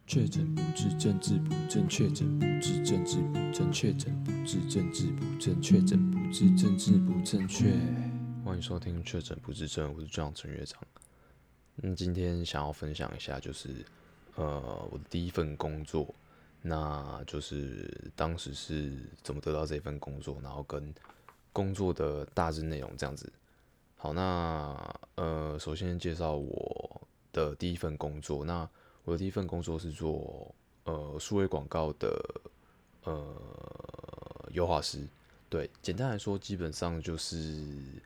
确诊不治，政治不正确；诊不治，政治不正确；诊不治，政治不正确；诊不治，政治不正确。欢迎收听《确诊不治症》，我是这样陈乐长。今天想要分享一下，就是我的第一份工作，那就是当时是怎么得到这份工作，然后跟工作的大致内容这样子。好，那首先介绍我的第一份工作。那我的第一份工作是做数位广告的优化师。对，简单来说，基本上就是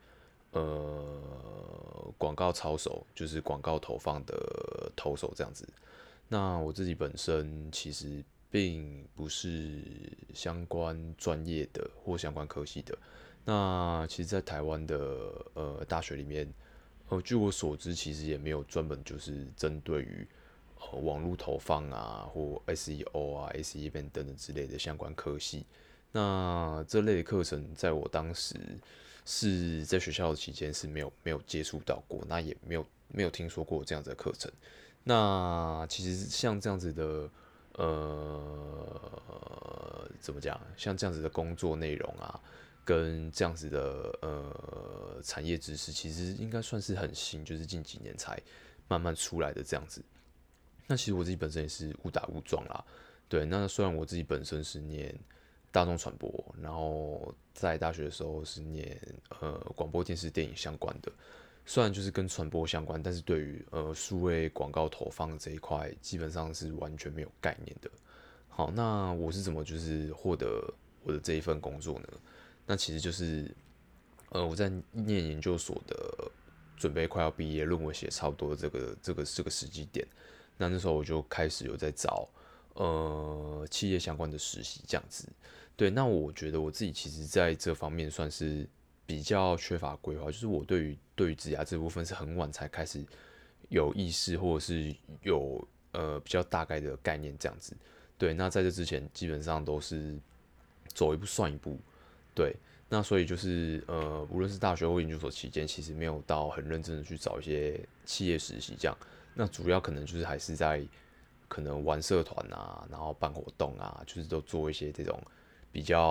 广告操手，就是广告投放的投手这样子。那我自己本身其实并不是相关专业的或相关科系的。那其实，在台湾的大学里面，据我所知，其实也没有专门就是针对于网络投放啊或 SEO 啊、SEM 等等之类的相关科系。那这类的课程，在我当时是在学校的期间是没有接触到过，那也没有听说过这样子的课程。那其实像这样子的怎么讲？像这样子的工作内容啊，跟这样子的产业知识，其实应该算是很新，就是近几年才慢慢出来的这样子。那其实我自己本身也是误打误撞啦。对，那虽然我自己本身是念大众传播，然后在大学的时候是念广播电视电影相关的，虽然就是跟传播相关，但是对于数位广告投放这一块，基本上是完全没有概念的。好，那我是怎么就是获得我的这一份工作呢？那其实就是我在念研究所的，准备快要毕业，论文写差不多这个时机点，那时候我就开始有在找企业相关的实习这样子。对，那我觉得我自己其实在这方面算是比较缺乏规划，就是我对于职涯这部分是很晚才开始有意识，或者是有比较大概的概念这样子。对，那在这之前基本上都是走一步算一步。对，那所以就是无论是大学或研究所期间，其实没有到很认真的去找一些企业实习这样。那主要可能就是还是在可能玩社团啊，然后办活动啊，就是都做一些这种比较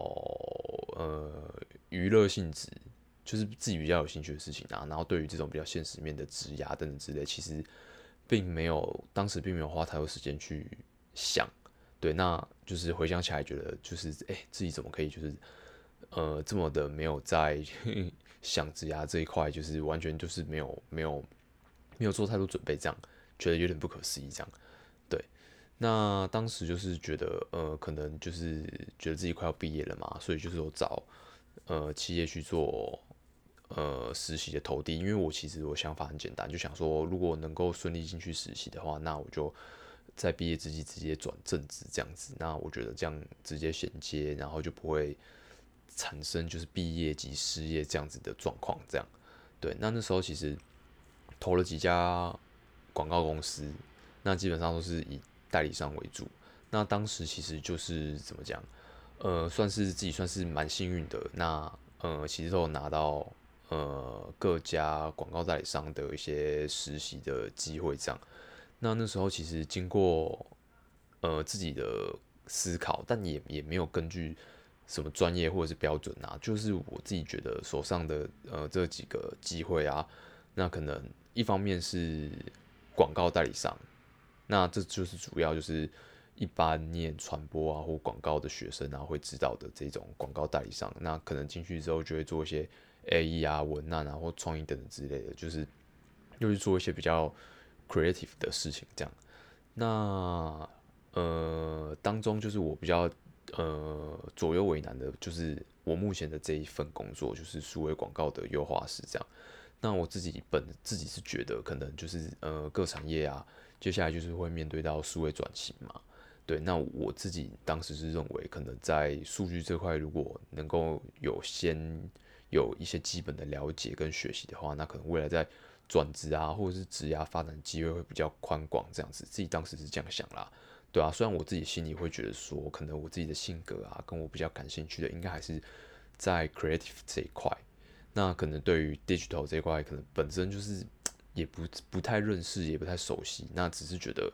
娱乐性质，就是自己比较有兴趣的事情啊。然后对于这种比较现实面的职涯等等之类，其实当时并没有花太多时间去想。对，那就是回想起来，觉得就是自己怎么可以就是这么的没有在想职涯这一块，就是完全就是没有做太多准备，这样觉得有点不可思议，这样。对，那当时就是觉得可能就是觉得自己快要毕业了嘛，所以就是有找企业去做实习的投递，因为其实我想法很简单，就想说如果能够顺利进去实习的话，那我就在毕业之际直接转正职这样子。那我觉得这样直接衔接，然后就不会产生就是毕业及失业这样子的状况。这样，对，那时候其实投了几家广告公司，那基本上都是以代理商为主。那当时其实就是怎么讲，算是自己算是蛮幸运的。那其实都有拿到各家广告代理商的一些实习的机会，这样。那时候其实经过自己的思考，但也没有根据什么专业或者是标准啊，就是我自己觉得手上的这几个机会啊，那可能一方面是广告代理商，那这就是主要就是一般念传播啊或广告的学生啊会知道的这种广告代理商，那可能进去之后就会做一些 AE 啊、文案啊或创意等等之类的，就是又去做一些比较 creative 的事情这样。那当中就是我比较左右为难的，就是我目前的这一份工作，就是数位广告的优化师这样。那我自己是觉得，可能就是各产业啊，接下来就是会面对到数位转型嘛。对，那我自己当时是认为，可能在数据这块，如果能够先有一些基本的了解跟学习的话，那可能未来在转职啊，或者是职涯发展机会会比较宽广，这样子。自己当时是这样想啦。对啊，虽然我自己心里会觉得说，可能我自己的性格啊，跟我比较感兴趣的，应该还是在 creative 这一块。那可能对于 digital 这一块，可能本身就是也不太认识，也不太熟悉。那只是觉得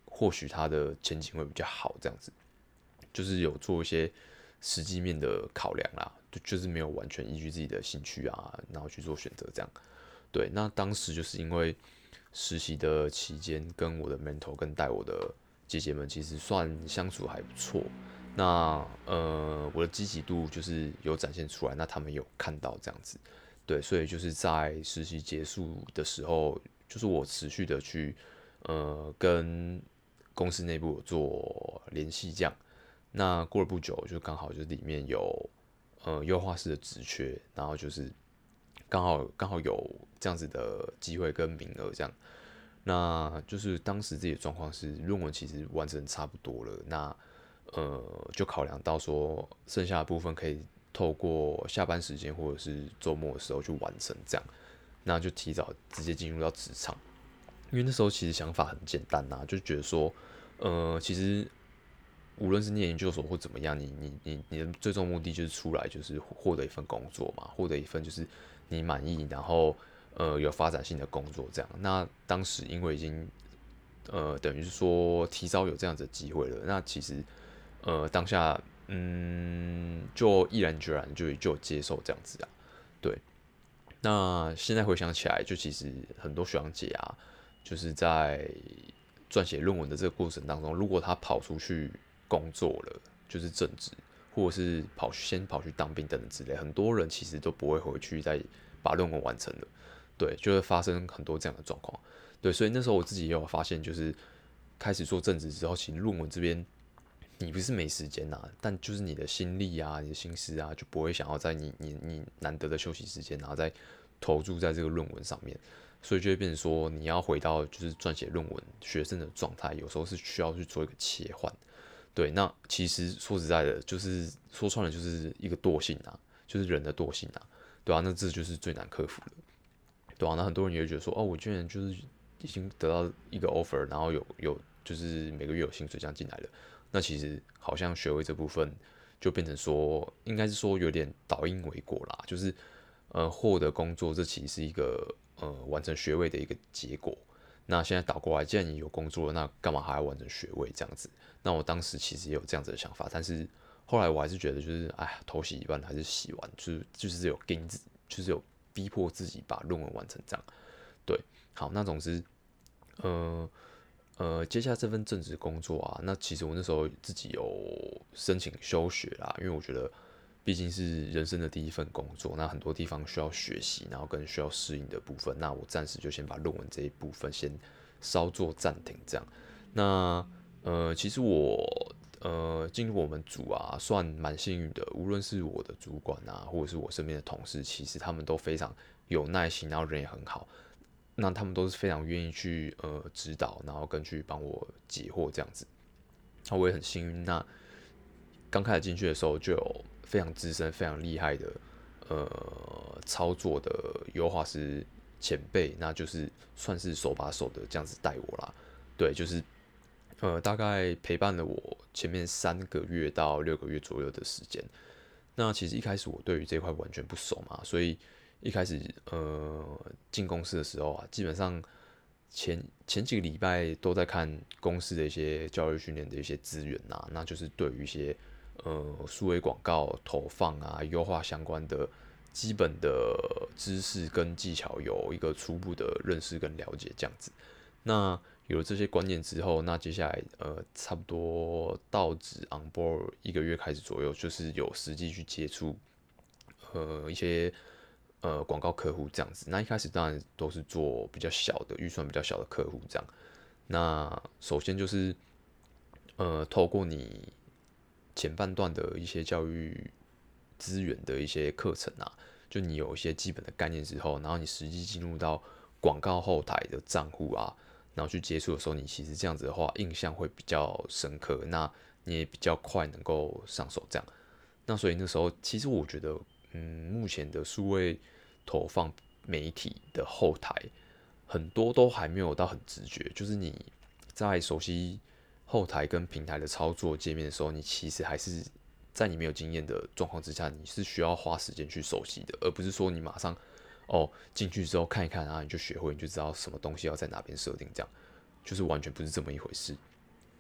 或许它的前景会比较好，这样子，就是有做一些实际面的考量啦，就是没有完全依据自己的兴趣啊，然后去做选择这样。对，那当时就是因为实习的期间，跟我的 mentor 跟带我的姐姐们其实算相处还不错。那我的积极度就是有展现出来，那他们有看到这样子，对，所以就是在实习结束的时候，就是我持续的去跟公司内部有做联系这样。那过了不久，就刚好就是里面有优化师的职缺，然后就是刚好有这样子的机会跟名额这样。那就是当时自己的状况是论文其实完成差不多了，那就考量到说剩下的部分可以透过下班时间或者是周末的时候去完成这样，那就提早直接进入到职场。因为那时候其实想法很简单呐、就觉得说，其实无论是念研究所或怎么样，你的最终目的就是出来就是获得一份工作嘛，获得一份就是你满意，然后有发展性的工作这样。那当时因为已经等于是说提早有这样子的机会了，那其实当下就毅然决然就有接受这样子啊，对。那现在回想起来，就其实很多学长姐啊，就是在撰写论文的这个过程当中，如果他跑出去工作了，就是正职，或者是先跑去当兵等等之类，很多人其实都不会回去再把论文完成了。对，就会发生很多这样的状况。对，所以那时候我自己也有发现，就是开始做正职之后，其实论文这边你不是没时间呐、但就是你的心力啊、你的心思啊，就不会想要在你难得的休息时间，然后再投注在这个论文上面，所以就会变成说，你要回到就是撰写论文学生的状态，有时候是需要去做一个切换。对，那其实说实在的，就是说穿了就是一个惰性啊，就是人的惰性啊，对啊，那这就是最难克服的。对啊，那很多人也会觉得说，哦，我居然就是已经得到一个 offer，然后有就是每个月有薪水这样进来了，那其实好像学位这部分就变成说，应该是说有点倒因为果啦，就是获得工作这其实是一个完成学位的一个结果。那现在倒过来，既然你有工作了，那干嘛还要完成学位这样子？那我当时其实也有这样子的想法，但是后来我还是觉得，就是哎呀，头洗一半还是洗完，就是有跟自，就是有逼迫自己把论文完成这样。对，好，那总之，呃接下这份正职工作啊，那其实我那时候自己有申请休学啦，因为我觉得毕竟是人生的第一份工作，那很多地方需要学习，然后跟需要适应的部分，那我暂时就先把论文这一部分先稍作暂停，这样。那其实我进入我们组啊，算蛮幸运的，无论是我的主管啊，或者是我身边的同事，其实他们都非常有耐心，然后人也很好。那他们都是非常愿意去指导，然后跟去帮我解惑这样子。那我也很幸运，那刚开始进去的时候就有非常资深、非常厉害的操作的优化师前辈，那就是算是手把手的这样子带我啦。对，就是大概陪伴了我前面3个月到6个月左右的时间。那其实一开始我对于这一块完全不熟嘛，所以一开始进公司的时候啊，基本上前几个礼拜都在看公司的一些教育训练的一些资源呐、那就是对于一些数位广告投放啊、优化相关的基本的知识跟技巧有一个初步的认识跟了解这样子。那有了这些观念之后，那接下来差不多到职 on board 1个月开始左右，就是有实际去接触一些广告客户这样子。那一开始当然都是做比较小的预算比较小的客户这样。那首先就是透过你前半段的一些教育资源的一些课程啊，就你有一些基本的概念之后，然后你实际进入到广告后台的账户啊，然后去接触的时候，你其实这样子的话印象会比较深刻，那你也比较快能够上手这样。那所以那时候其实我觉得，目前的数位投放媒体的后台很多都还没有到很直觉，就是你在熟悉后台跟平台的操作界面的时候，你其实还是在你没有经验的状况之下，你是需要花时间去熟悉的，而不是说你马上进去之后看一看啊，你就学会，你就知道什么东西要在哪边设定，这样就是完全不是这么一回事。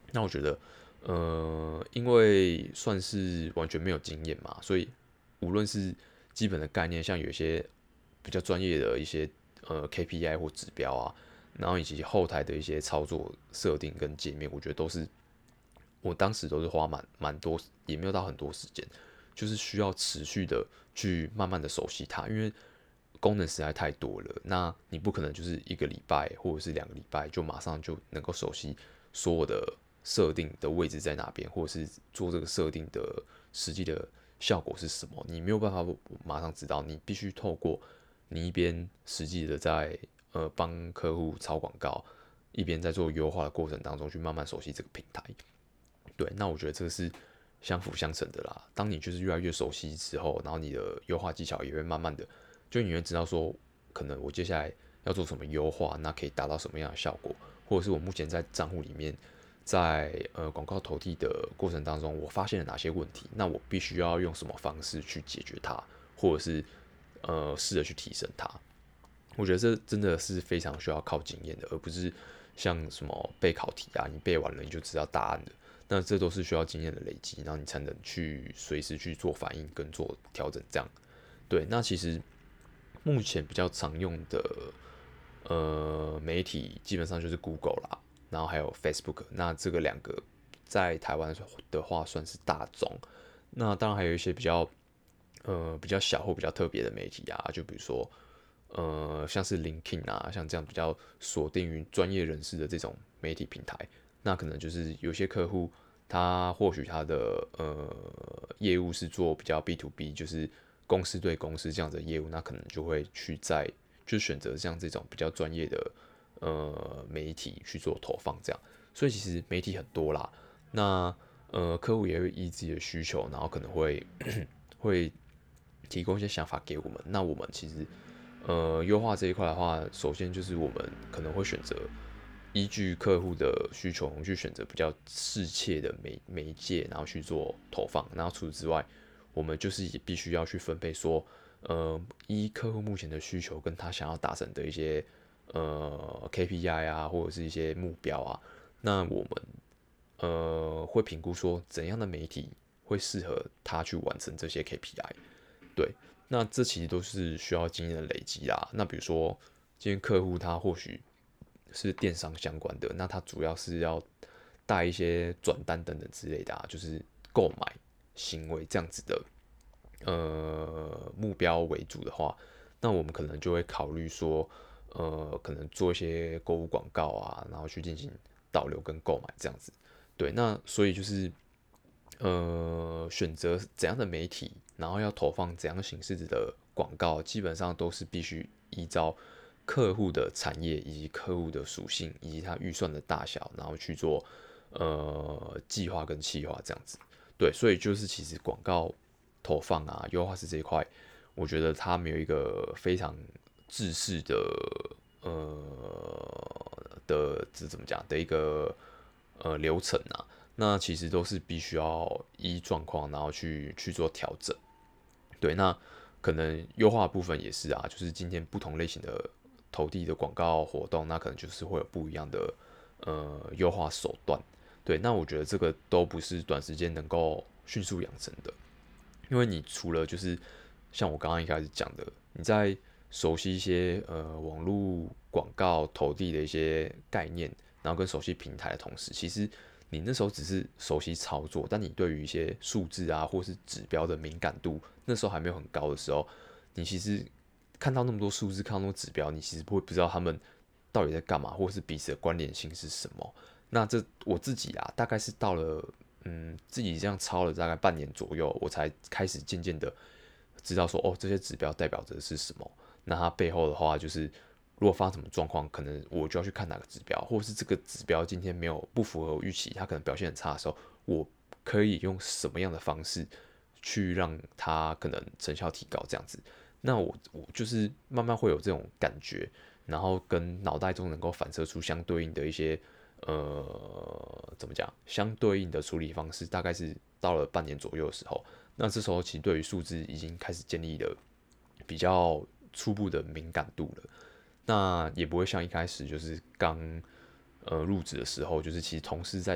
那我觉得，因为算是完全没有经验嘛，所以无论是基本的概念，像有一些比较专业的一些KPI 或指标啊，然后以及后台的一些操作设定跟界面，我觉得都是我当时都是花蛮多，也没有到很多时间，就是需要持续的去慢慢的熟悉它，因为功能实在太多了，那你不可能就是一个礼拜或者是2个礼拜就马上就能够熟悉所有的设定的位置在哪边，或者是做这个设定的实际的效果是什么，你没有办法马上知道，你必须透过你一边实际的在帮客户操广告，一边在做优化的过程当中去慢慢熟悉这个平台。对，那我觉得这个是相辅相成的啦。当你就是越来越熟悉之后，然后你的优化技巧也会慢慢的，就你会知道说，可能我接下来要做什么优化，那可以达到什么样的效果，或者是我目前在账户里面，在广告投递的过程当中，我发现了哪些问题，那我必须要用什么方式去解决它，或者是试着去提升它。我觉得这真的是非常需要靠经验的，而不是像什么背考题啊，你背完了你就知道答案的。那这都是需要经验的累积，然后你才能去随时去做反应跟做调整。这样，对。那其实目前比较常用的媒体基本上就是 Google 啦，然后还有 Facebook。那这个两个在台湾的话算是大众。那当然还有一些比较小或比较特别的媒体啊，就比如说像是 LinkedIn 啊，像这样比较锁定于专业人士的这种媒体平台，那可能就是有些客户他或许他的业务是做比较 B to B，就是公司对公司这样子的业务，那可能就会就选择像这种比较专业的媒体去做投放这样，所以其实媒体很多啦，那客户也会依自己的需求，然后可能会会提供一些想法给我们，那我们其实优化这一块的话，首先就是我们可能会选择依据客户的需求，我们去选择比较适切的媒介，然后去做投放。然后除此之外，我们就是也必须要去分配说，依客户目前的需求跟他想要达成的一些KPI 啊，或者是一些目标啊，那我们会评估说怎样的媒体会适合他去完成这些 KPI。对，那这其实都是需要经验的累积啦。那比如说，今天客户他或许是电商相关的，那他主要是要带一些转单等等之类的啊，就是购买行为这样子的目标为主的话，那我们可能就会考虑说，可能做一些购物广告啊，然后去进行导流跟购买这样子。对，那所以就是选择怎样的媒体，然后要投放怎样形式的广告，基本上都是必须依照客户的产业以及客户的属性以及他预算的大小，然后去做计划跟企划这样子。对，所以就是其实广告投放啊，优化是这一块，我觉得它没有一个非常制式的这怎么讲的一个流程啊。那其实都是必须要依状况，然后去做调整。对，那可能优化的部分也是啊，就是今天不同类型的投递的广告活动，那可能就是会有不一样的优化手段。对，那我觉得这个都不是短时间能够迅速养成的，因为你除了就是像我刚刚一开始讲的，你在熟悉一些网络广告投递的一些概念，然后跟熟悉平台的同时，其实你那时候只是熟悉操作，但你对于一些数字啊或是指标的敏感度，那时候还没有很高的时候，你其实看到那么多数字，看到那么多指标，你其实不知道他们到底在干嘛，或是彼此的关联性是什么。那这我自己啊，大概是到了自己这样抄了大概半年左右，我才开始渐渐的知道说，哦，这些指标代表着是什么。那它背后的话，就是如果发生什么状况，可能我就要去看哪个指标，或者是这个指标今天没有不符合我预期，它可能表现很差的时候，我可以用什么样的方式去让它可能成效提高这样子。那我就是慢慢会有这种感觉，然后跟脑袋中能够反射出相对应的一些怎么讲，相对应的处理方式，大概是到了半年左右的时候，那这时候其实对于数字已经开始建立了比较初步的敏感度了。那也不会像一开始就是刚入职的时候，就是其实同事在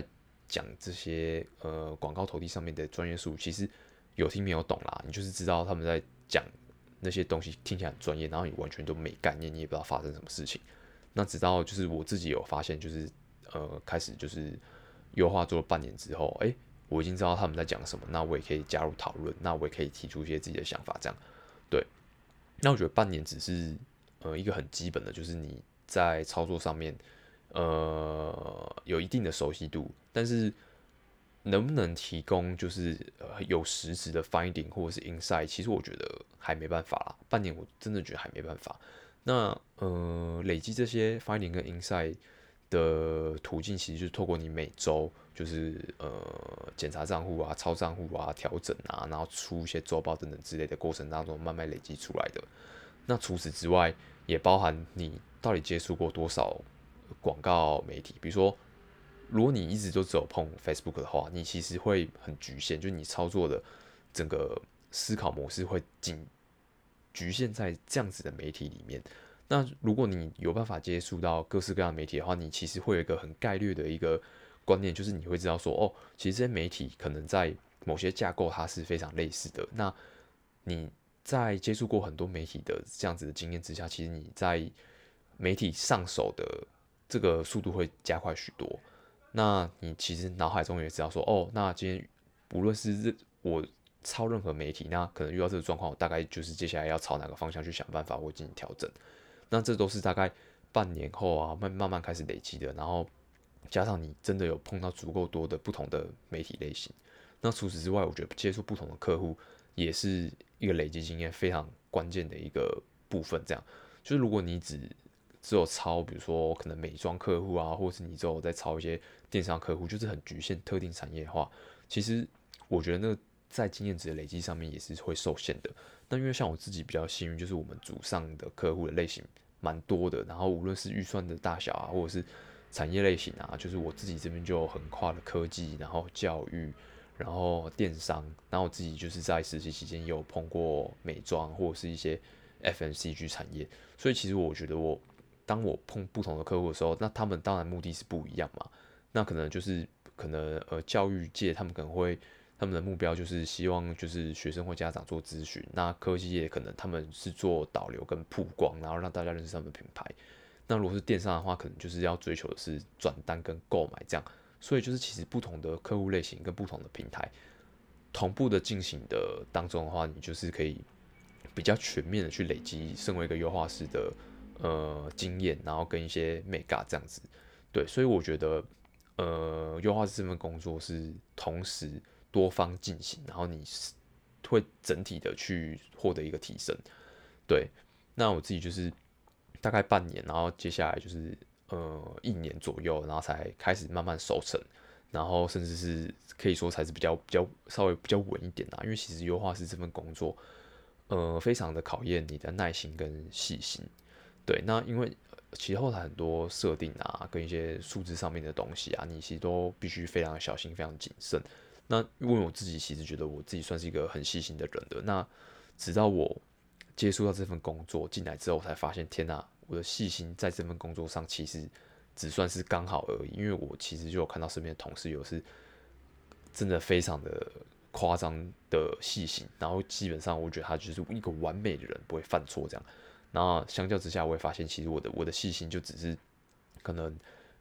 讲这些广告投递上面的专业术语，其实有听没有懂啦，你就是知道他们在讲那些东西听起来很专业，然后你完全都没概念，你也不知道发生什么事情。那直到就是我自己有发现，就是开始就是优化做了半年之后，我已经知道他们在讲什么，那我也可以加入讨论，那我也可以提出一些自己的想法，这样对。那我觉得半年只是一个很基本的，就是你在操作上面有一定的熟悉度，但是能不能提供就是有实质的 finding 或者是 insight，其实我觉得还没办法啦。半年我真的觉得还没办法。那累积这些 finding 跟 insight 的途径，其实就是透过你每周就是检查账户啊、抄账户啊、调整啊，然后出一些周报等等之类的过程当中慢慢累积出来的。那除此之外，也包含你到底接触过多少广告媒体，比如说。如果你一直都只有碰 Facebook 的话，你其实会很局限，就是你操作的整个思考模式会局限在这样子的媒体里面。那如果你有办法接触到各式各样的媒体的话，你其实会有一个很概率的一个观念，就是你会知道说，哦，其实这些媒体可能在某些架构它是非常类似的。那你在接触过很多媒体的这样子的经验之下，其实你在媒体上手的这个速度会加快许多。那你其实脑海中也知道说，哦，那今天不论是我抄任何媒体，那可能遇到这个状况，我大概就是接下来要朝哪个方向去想办法或进行调整。那这都是大概半年后啊，慢慢开始累积的，然后加上你真的有碰到足够多的不同的媒体类型。那除此之外，我觉得接触不同的客户也是一个累积经验非常关键的一个部分。这样，就是如果你只有抄，比如说可能美妆客户啊，或者是你只有在抄一些电商客户，就是很局限特定产业的话，其实我觉得那个在经验值的累积上面也是会受限的。那因为像我自己比较幸运，就是我们组上的客户的类型蛮多的，然后无论是预算的大小啊，或者是产业类型啊，就是我自己这边就横跨了科技，然后教育，然后电商，然后我自己就是在实习期间也有碰过美妆或者是一些 FMCG 产业，所以其实我觉得当我碰不同的客户的时候，那他们当然目的是不一样嘛，那可能就是可能教育界他们可能会他们的目标就是希望就是学生或家长做咨询，那科技业可能他们是做导流跟曝光，然后让大家认识他们的品牌。那如果是电商的话，可能就是要追求的是转单跟购买这样。所以就是其实不同的客户类型跟不同的平台同步的进行的当中的话，你就是可以比较全面的去累积身为一个优化师的经验，然后跟一些 mega 这样子。对，所以我觉得优化师这份工作是同时多方进行，然后你会整体的去获得一个提升。对，那我自己就是大概半年，然后接下来就是1年左右，然后才开始慢慢熟成，然后甚至是可以说才是比较稍微比较稳一点啦。因为其实优化师这份工作，非常的考验你的耐心跟细心。对，那因为其实后台很多设定啊，跟一些数字上面的东西啊，你其实都必须非常小心、非常谨慎。那因为我自己其实觉得我自己算是一个很细心的人的，那直到我接触到这份工作进来之后，我才发现，天哪，我的细心在这份工作上其实只算是刚好而已。因为我其实就有看到身边的同事有是真的非常的夸张的细心，然后基本上我觉得他就是一个完美的人，不会犯错这样。然后相较之下，我也发现其实我的细心就只是可能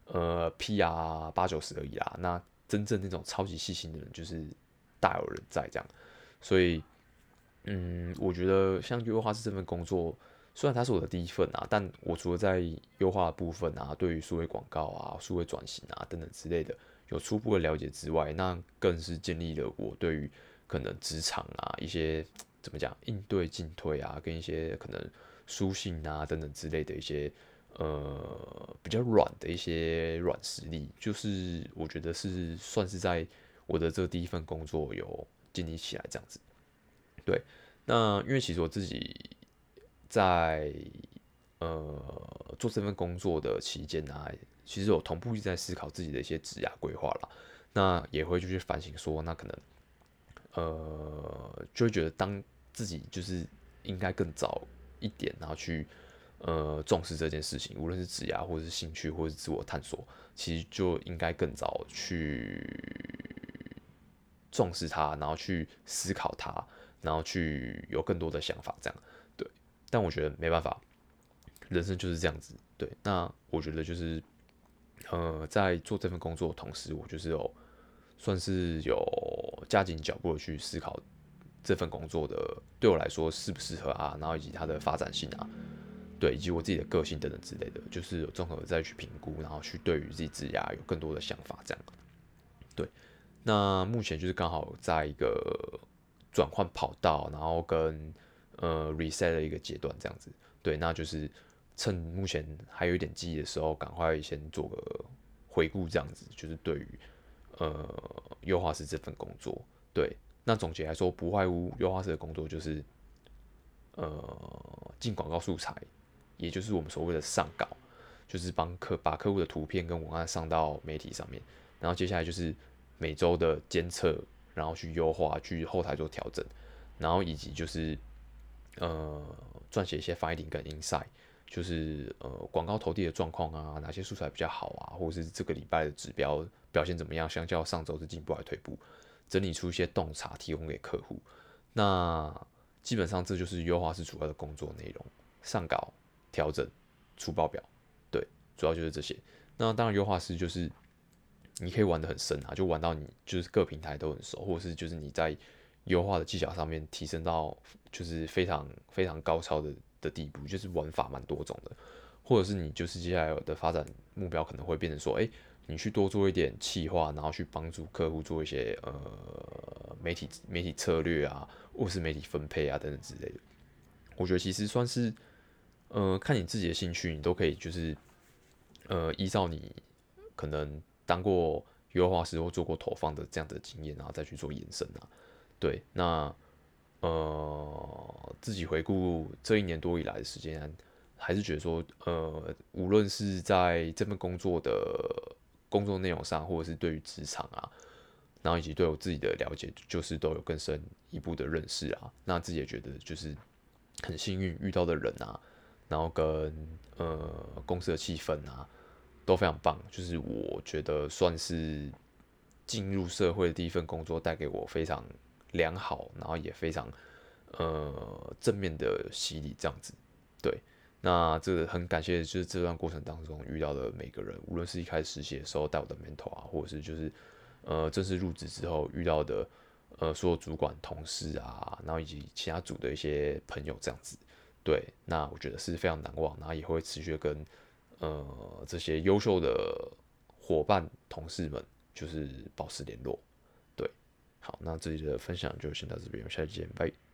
PR 80-90而已啦。那真正那种超级细心的人就是大有人在这样。所以我觉得像优化师这份工作，虽然它是我的第一份啊，但我除了在优化的部分啊，对于数位广告啊、数位转型啊等等之类的有初步的了解之外，那更是建立了我对于可能职场啊一些怎么讲应对进退啊，跟一些可能书信啊等等之类的一些比较软的一些软实力，就是我觉得是算是在我的这第一份工作有建立起来这样子。对，那因为其实我自己在做这份工作的期间呢、其实有同步一直在思考自己的一些职业规划啦。那也会就去反省说，那可能就会觉得当自己就是应该更早一点，然后去重视这件事情，无论是职业或者是兴趣或者是自我探索，其实就应该更早去重视它，然后去思考它，然后去有更多的想法，这样对。但我觉得没办法，人生就是这样子，对。那我觉得就是在做这份工作的同时，我就是算是有加紧脚步的去思考这份工作的对我来说适不适合啊，然后以及它的发展性啊，对，以及我自己的个性等等之类的，就是有综合再去评估，然后去对于自己职涯有更多的想法，这样。对，那目前就是刚好在一个转换跑道，然后跟reset 的一个阶段，这样子。对，那就是趁目前还有一点记忆的时候，赶快先做个回顾，这样子。就是对于优化师这份工作，对，那总结来说，不外乎优化师的工作就是进广告素材，也就是我们所谓的上稿，就是把客户的图片跟文案上到媒体上面，然后接下来就是每周的监测，然后去优化，去后台做调整，然后以及就是呃撰写一些 finding 跟 insight，就是广告投递的状况啊，哪些素材比较好啊，或者是这个礼拜的指标表现怎么样，相较上周是进步还是退步，整理出一些洞察提供给客户。那基本上这就是优化师主要的工作内容：上稿、调整、出报表，对，主要就是这些。那当然，优化师就是你可以玩得很深啊，就玩到你就是各平台都很熟，或者是就是你在优化的技巧上面提升到就是非常非常高超的地步，就是玩法蛮多种的，或者是你就是接下来的发展目标可能会变成说，你去多做一点企划，然后去帮助客户做一些媒体策略啊，或是媒体分配啊等等之类的。我觉得其实算是看你自己的兴趣，你都可以就是依照你可能当过优化师或做过投放的这样的经验，然后再去做延伸啊。对，那自己回顾这1年多以来的时间，还是觉得说，无论是在这份工作的工作内容上，或者是对于职场啊，然后以及对我自己的了解，就是都有更深一步的认识啊。那自己也觉得就是很幸运遇到的人啊，然后跟公司的气氛啊都非常棒，就是我觉得算是进入社会的第一份工作，带给我非常良好，然后也非常正面的洗礼，这样子。对，那这个很感谢，就是这段过程当中遇到的每个人，无论是一开始实习的时候带我的 mentor 啊，或者是就是正式入职之后遇到的所有主管、同事啊，然后以及其他组的一些朋友这样子。对，那我觉得是非常难忘，然后也会持续跟这些优秀的伙伴、同事们就是保持联络。对，好，那这里的分享就先到这边，我们下期见，拜。